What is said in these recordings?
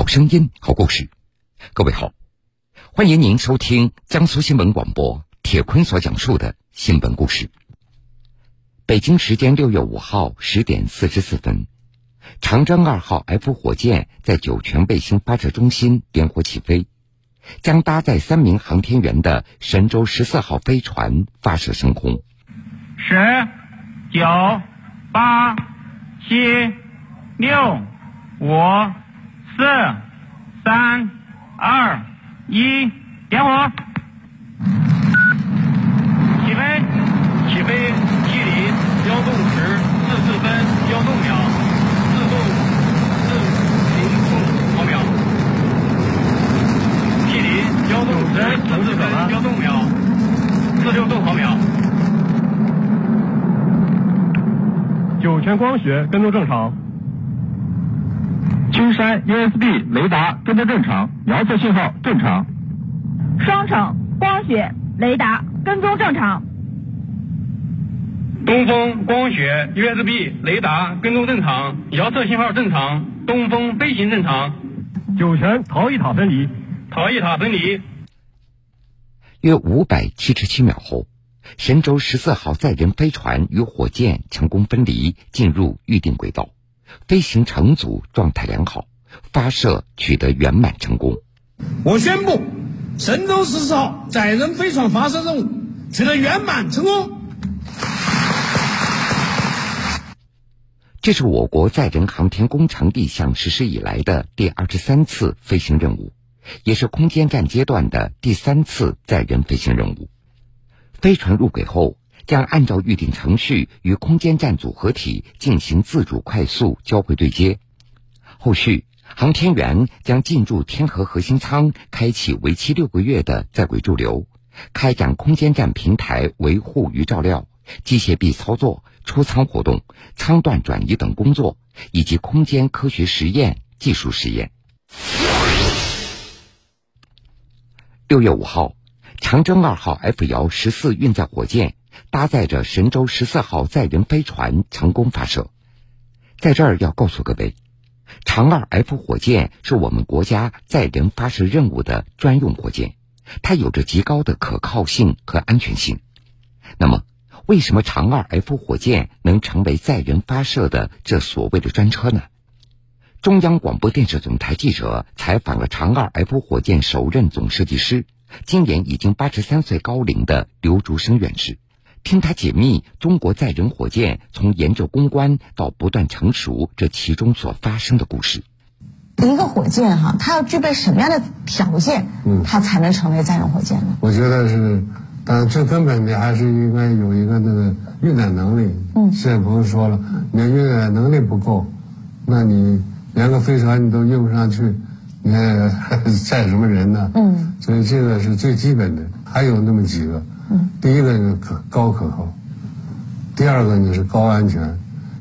好声音，好故事。各位好，欢迎您收听江苏新闻广播铁坤所讲述的新闻故事。北京时间6月5号10点44分，长征2号 F 火箭在酒泉卫星发射中心点火起飞，将搭载3名航天员的神舟14号飞船发射升空。 10、9、8、7、6、5、4、3、2、1，点火！起飞，距离调动时44分16秒，自动406毫秒。距离调动时44分16秒，46毫秒。 酒泉光学跟踪正常。青山 USB 雷达跟踪正常，遥测信号正常。 双城光学雷达跟踪正常。 东风光学 USB 雷达跟踪正常，遥测信号正常，东风飞行正常。 酒泉逃逸塔分离。 约577秒后，神舟14号载人飞船与火箭成功分离，进入预定轨道，飞行乘组状态良好，发射取得圆满成功。 我宣布，神舟14号载人飞船发射任务取得圆满成功。 这是我国载人航天工程立项实施以来的第23次飞行任务，也是空间站阶段的第3次载人飞行任务。飞船入轨后，将按照预定程序与空间站组合体进行自主快速交会对接。后续，航天员将进入天河核心舱，开启为期6个月的在轨驻留，开展空间站平台维护与照料、机械臂操作、出舱活动、舱段转移等工作，以及空间科学实验、技术实验。6月5号，长征2号 F 遥14运载火箭搭载着神舟14号载人飞船成功发射。在这儿要告诉各位，长2 F 火箭是我们国家载人发射任务的专用火箭，它有着极高的可靠性和安全性。那么，为什么长2 F 火箭能成为载人发射的这所谓的专车呢？中央广播电视总台记者采访了长2 F 火箭首任总设计师，今年已经83岁高龄的刘竹生院士，听他解密中国载人火箭从研制攻关到不断成熟这其中所发生的故事。 一个火箭它要具备什么样的条件，它才能成为载人火箭呢？ 我觉得是，当然最根本的还是应该有一个那个运载能力。谢谢朋友说了，你的运载能力不够，那你连个飞船你都运不上去，你还载什么人呢？所以这个是最基本的。还有那么几个，第一个是高可靠，第二个呢是高安全。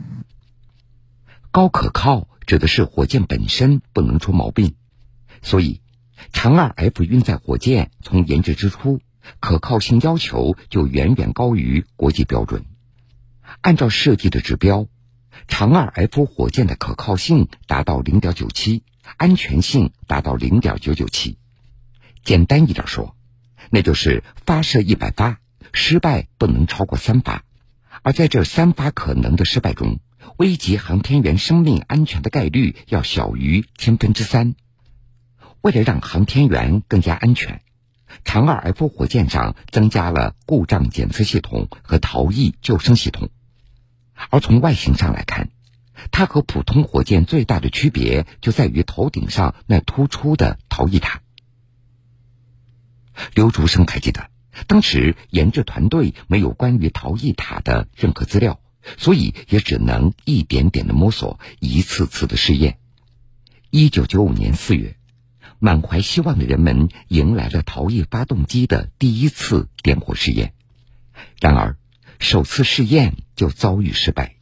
高可靠指的是火箭本身不能出毛病，所以长2 F 运载火箭从研制之初，可靠性要求就远远高于国际标准。按照设计的指标，长2 F 火箭的可靠性达到 0.97， 安全性达到 0.997。 简单一点说，那就是发射100发，失败不能超过3发，而在这3发可能的失败中，危及航天员生命安全的概率要小于3/1000。为了让航天员更加安全，长2 F 火箭上增加了故障检测系统和逃逸救生系统。而从外形上来看，它和普通火箭最大的区别就在于头顶上那突出的逃逸塔。刘竹生还记得，当时研制团队没有关于逃逸塔的任何资料，所以也只能一点点的摸索，一次次的试验。1995年4月，满怀希望的人们迎来了逃逸发动机的第一次点火试验。然而，首次试验就遭遇失败。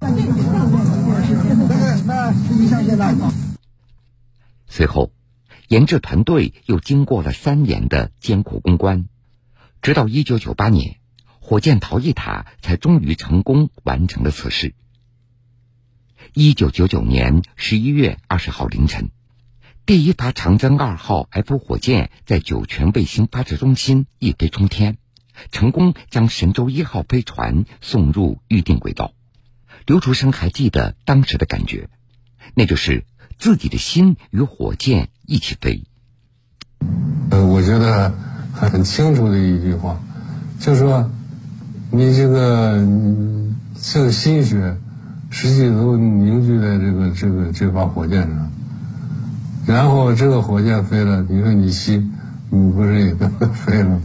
随后，研制团队又经过了3年的艰苦攻关，直到1998年，火箭逃逸塔才终于成功完成了测试。1999年11月20号凌晨， 第一发长征2号 F 火箭在酒泉卫星发射中心一飞冲天，成功将神舟1号飞船送入预定轨道。刘竹生还记得当时的感觉，那就是自己的心与火箭一起飞。 我觉得很清楚的一句话，就是说你这个心血实际都凝聚在这发火箭上，然后这个火箭飞了，你说你心不是也跟着飞了。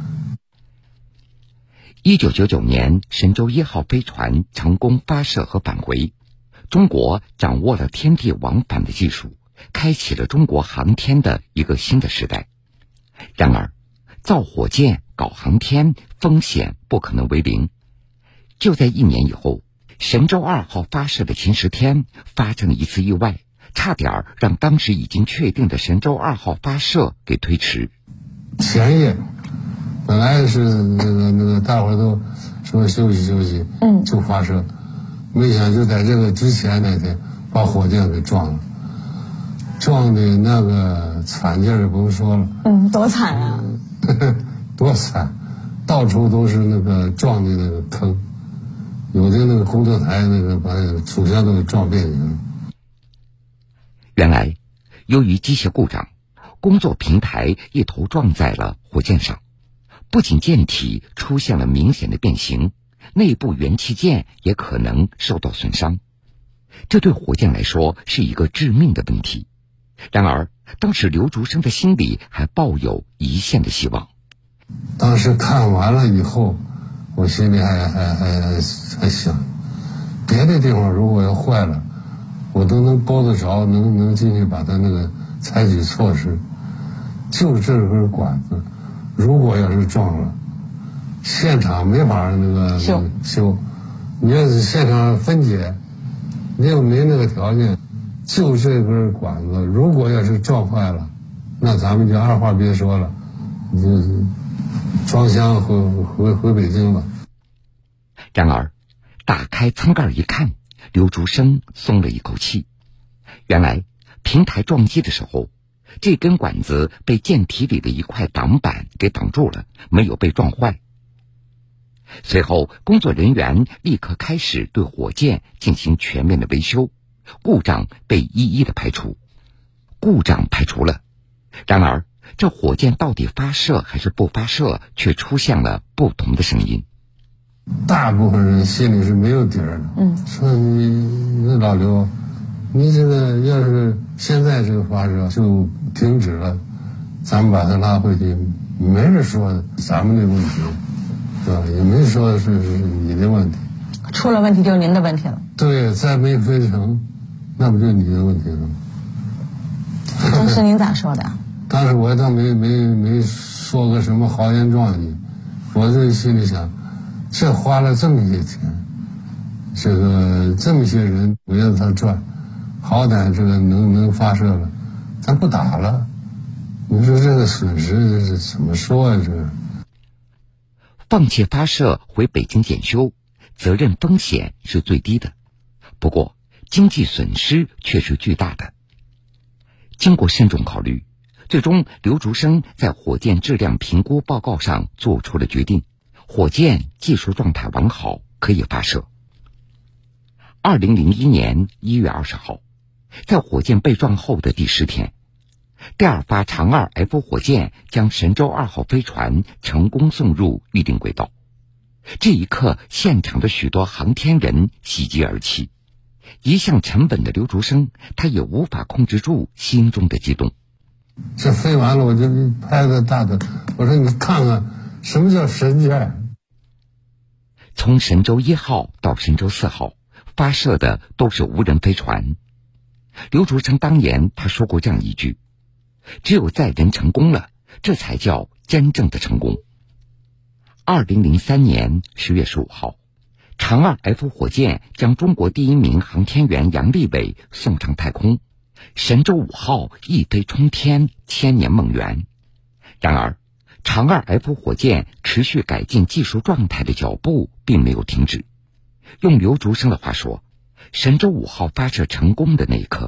1999年，神舟1号飞船成功发射和返回，中国掌握了天地往返的技术，开启了中国航天的一个新的时代。然而，造火箭、搞航天，风险不可能为零。就在1年以后，神舟2号发射的前10天，发生了一次意外，差点让当时已经确定的神舟2号发射给推迟。 前夜本来是那个大伙都说休息休息，就发射，没想就在这个之前那天把火箭给撞了，撞的那个惨劲儿甭说了。 多惨啊！ 多惨，到处都是那个撞的那个坑，有的那个工作台那个把主线都给撞变形了。 原来，由于机械故障，工作平台一头撞在了火箭上。不仅舰体出现了明显的变形，内部元器件也可能受到损伤，这对火箭来说是一个致命的问题。然而，当时刘竹生的心里还抱有一线的希望。 当时看完了以后，我心里还想，别的地方如果要坏了，我都能勾得着，能进去把它那个采取措施。就这根管子，如果要是撞了，现场没法那个修，你要是现场分解，你又没那个条件，就这根管子，如果要是撞坏了，那咱们就二话别说了，你就装箱回北京了。 然而，打开舱盖一看，刘竹生松了一口气。原来，平台撞击的时候，这根管子被舰体里的一块挡板给挡住了，没有被撞坏。随后，工作人员立刻开始对火箭进行全面的维修，故障被一一的排除。故障排除了，然而这火箭到底发射还是不发射，却出现了不同的声音。 大部分人心里是没有底儿的，说你老刘，你这个要是现在这个发射就停止了，咱们把它拉回去，没人说咱们的问题，是吧？也没说是你的问题， 出了问题就是您的问题了。 对，再没飞成，那不就是你的问题了吗？ 当时您咋说的？ 当时我倒没说个什么豪言壮语，我这心里想，这花了这么些钱，这么些人围着他转，好歹这个能发射了，咱不打了，你说这个损失这是怎么说啊？这放弃发射回北京检修，责任风险是最低的，不过经济损失却是巨大的。经过慎重考虑，最终刘竹生在火箭质量评估报告上做出了决定，火箭技术状态完好，可以发射。2001年1月20号，在火箭被撞后的第10天，第二发长2 F 火箭将神舟2号飞船成功送入预定轨道。这一刻，现场的许多航天人喜极而泣。一向沉稳的刘竹生，他也无法控制住心中的激动。 这飞完了，我就拍个大腿，我说你看看什么叫神箭。 从神舟1号到神舟4号发射的都是无人飞船。刘竹生当年他说过这样一句：只有载人成功了，这才叫真正的成功。2003年10月15号，长2 F 火箭将中国第1名航天员杨利伟送上太空，神舟5号一飞冲天，千年梦圆。然而，长2 F 火箭持续改进技术状态的脚步并没有停止。用刘竹生的话说，神舟5号发射成功的那一刻，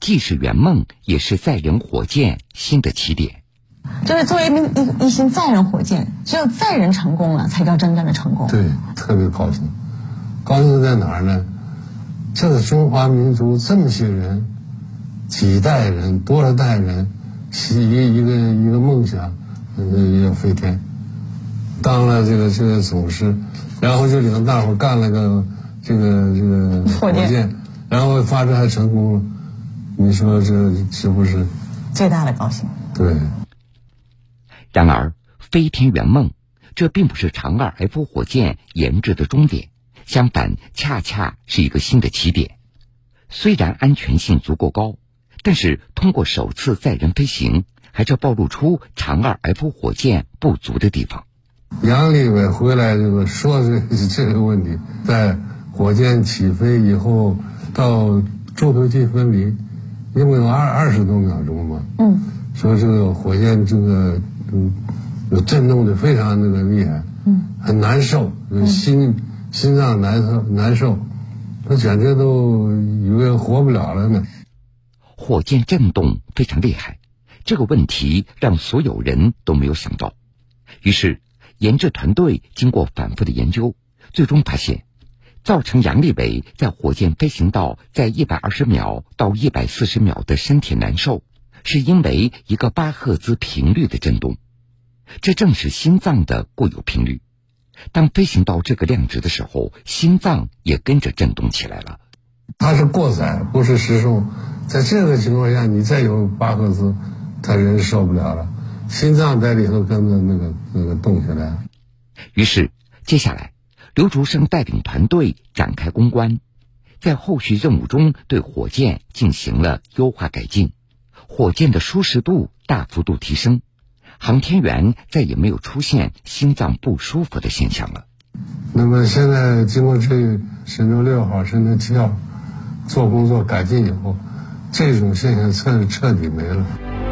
既是圆梦，也是载人火箭新的起点。 就是作为一型载人火箭，只有载人成功了，才叫真正的成功。 对，特别高兴。高兴在哪儿呢？这个中华民族这么些人，几代人、多少代人，一个梦想，要飞天，当了这个总师，然后就领大伙干了个这个火箭，然后发射还成功了。你说这是不是最大的高兴？ 对。 然而，飞天圆梦，这并不是长2 F 火箭研制的终点，相反，恰恰是一个新的起点。虽然安全性足够高，但是通过首次载人飞行，还是暴露出长2 F 火箭不足的地方。 杨利伟回来说这个问题，在火箭起飞以后到柱头机分离，因为有20多秒钟嘛，说这个火箭有震动的非常厉害，很难受，心脏难受，他简直都以为活不了了呢。 火箭震动非常厉害，这个问题让所有人都没有想到。于是研制团队经过反复的研究，最终发现造成杨利伟在火箭飞行道在120秒到140秒的身体难受，是因为一个8赫兹频率的震动。这正是心脏的固有频率，当飞行到这个量值的时候，心脏也跟着震动起来了。 它是过载，不是时速，在这个情况下你再有8赫兹，他人受不了了，心脏在里头跟着那个动起来。 于是接下来刘竹生带领团队展开攻关，在后续任务中对火箭进行了优化改进，火箭的舒适度大幅度提升，航天员再也没有出现心脏不舒服的现象了。 那么现在经过这神舟6号、神舟7号做工作改进以后，这种现象彻底没了。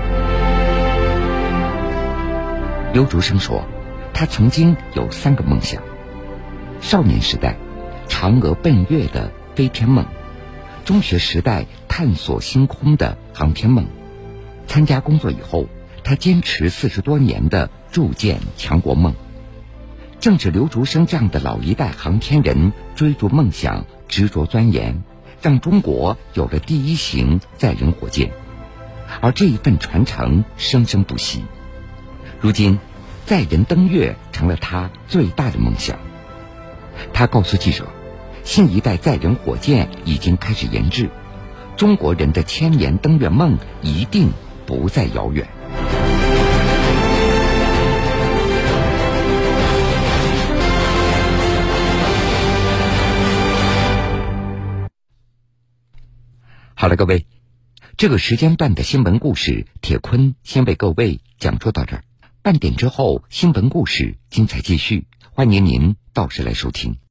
刘竹生说，他曾经有3个梦想：少年时代嫦娥奔月的飞天梦，中学时代探索星空的航天梦，参加工作以后他坚持40多年的铸建强国梦。正是刘竹生这样的老一代航天人追逐梦想，执着钻研，让中国有了第1型载人火箭，而这一份传承生生不息。如今载人登月成了他最大的梦想。他告诉记者，新一代载人火箭已经开始研制，中国人的1000年登月梦一定不再遥远。好了，各位，这个时间段的新闻故事，铁坤先为各位讲述到这儿。半点之后，新闻故事精彩继续，欢迎您到时来收听。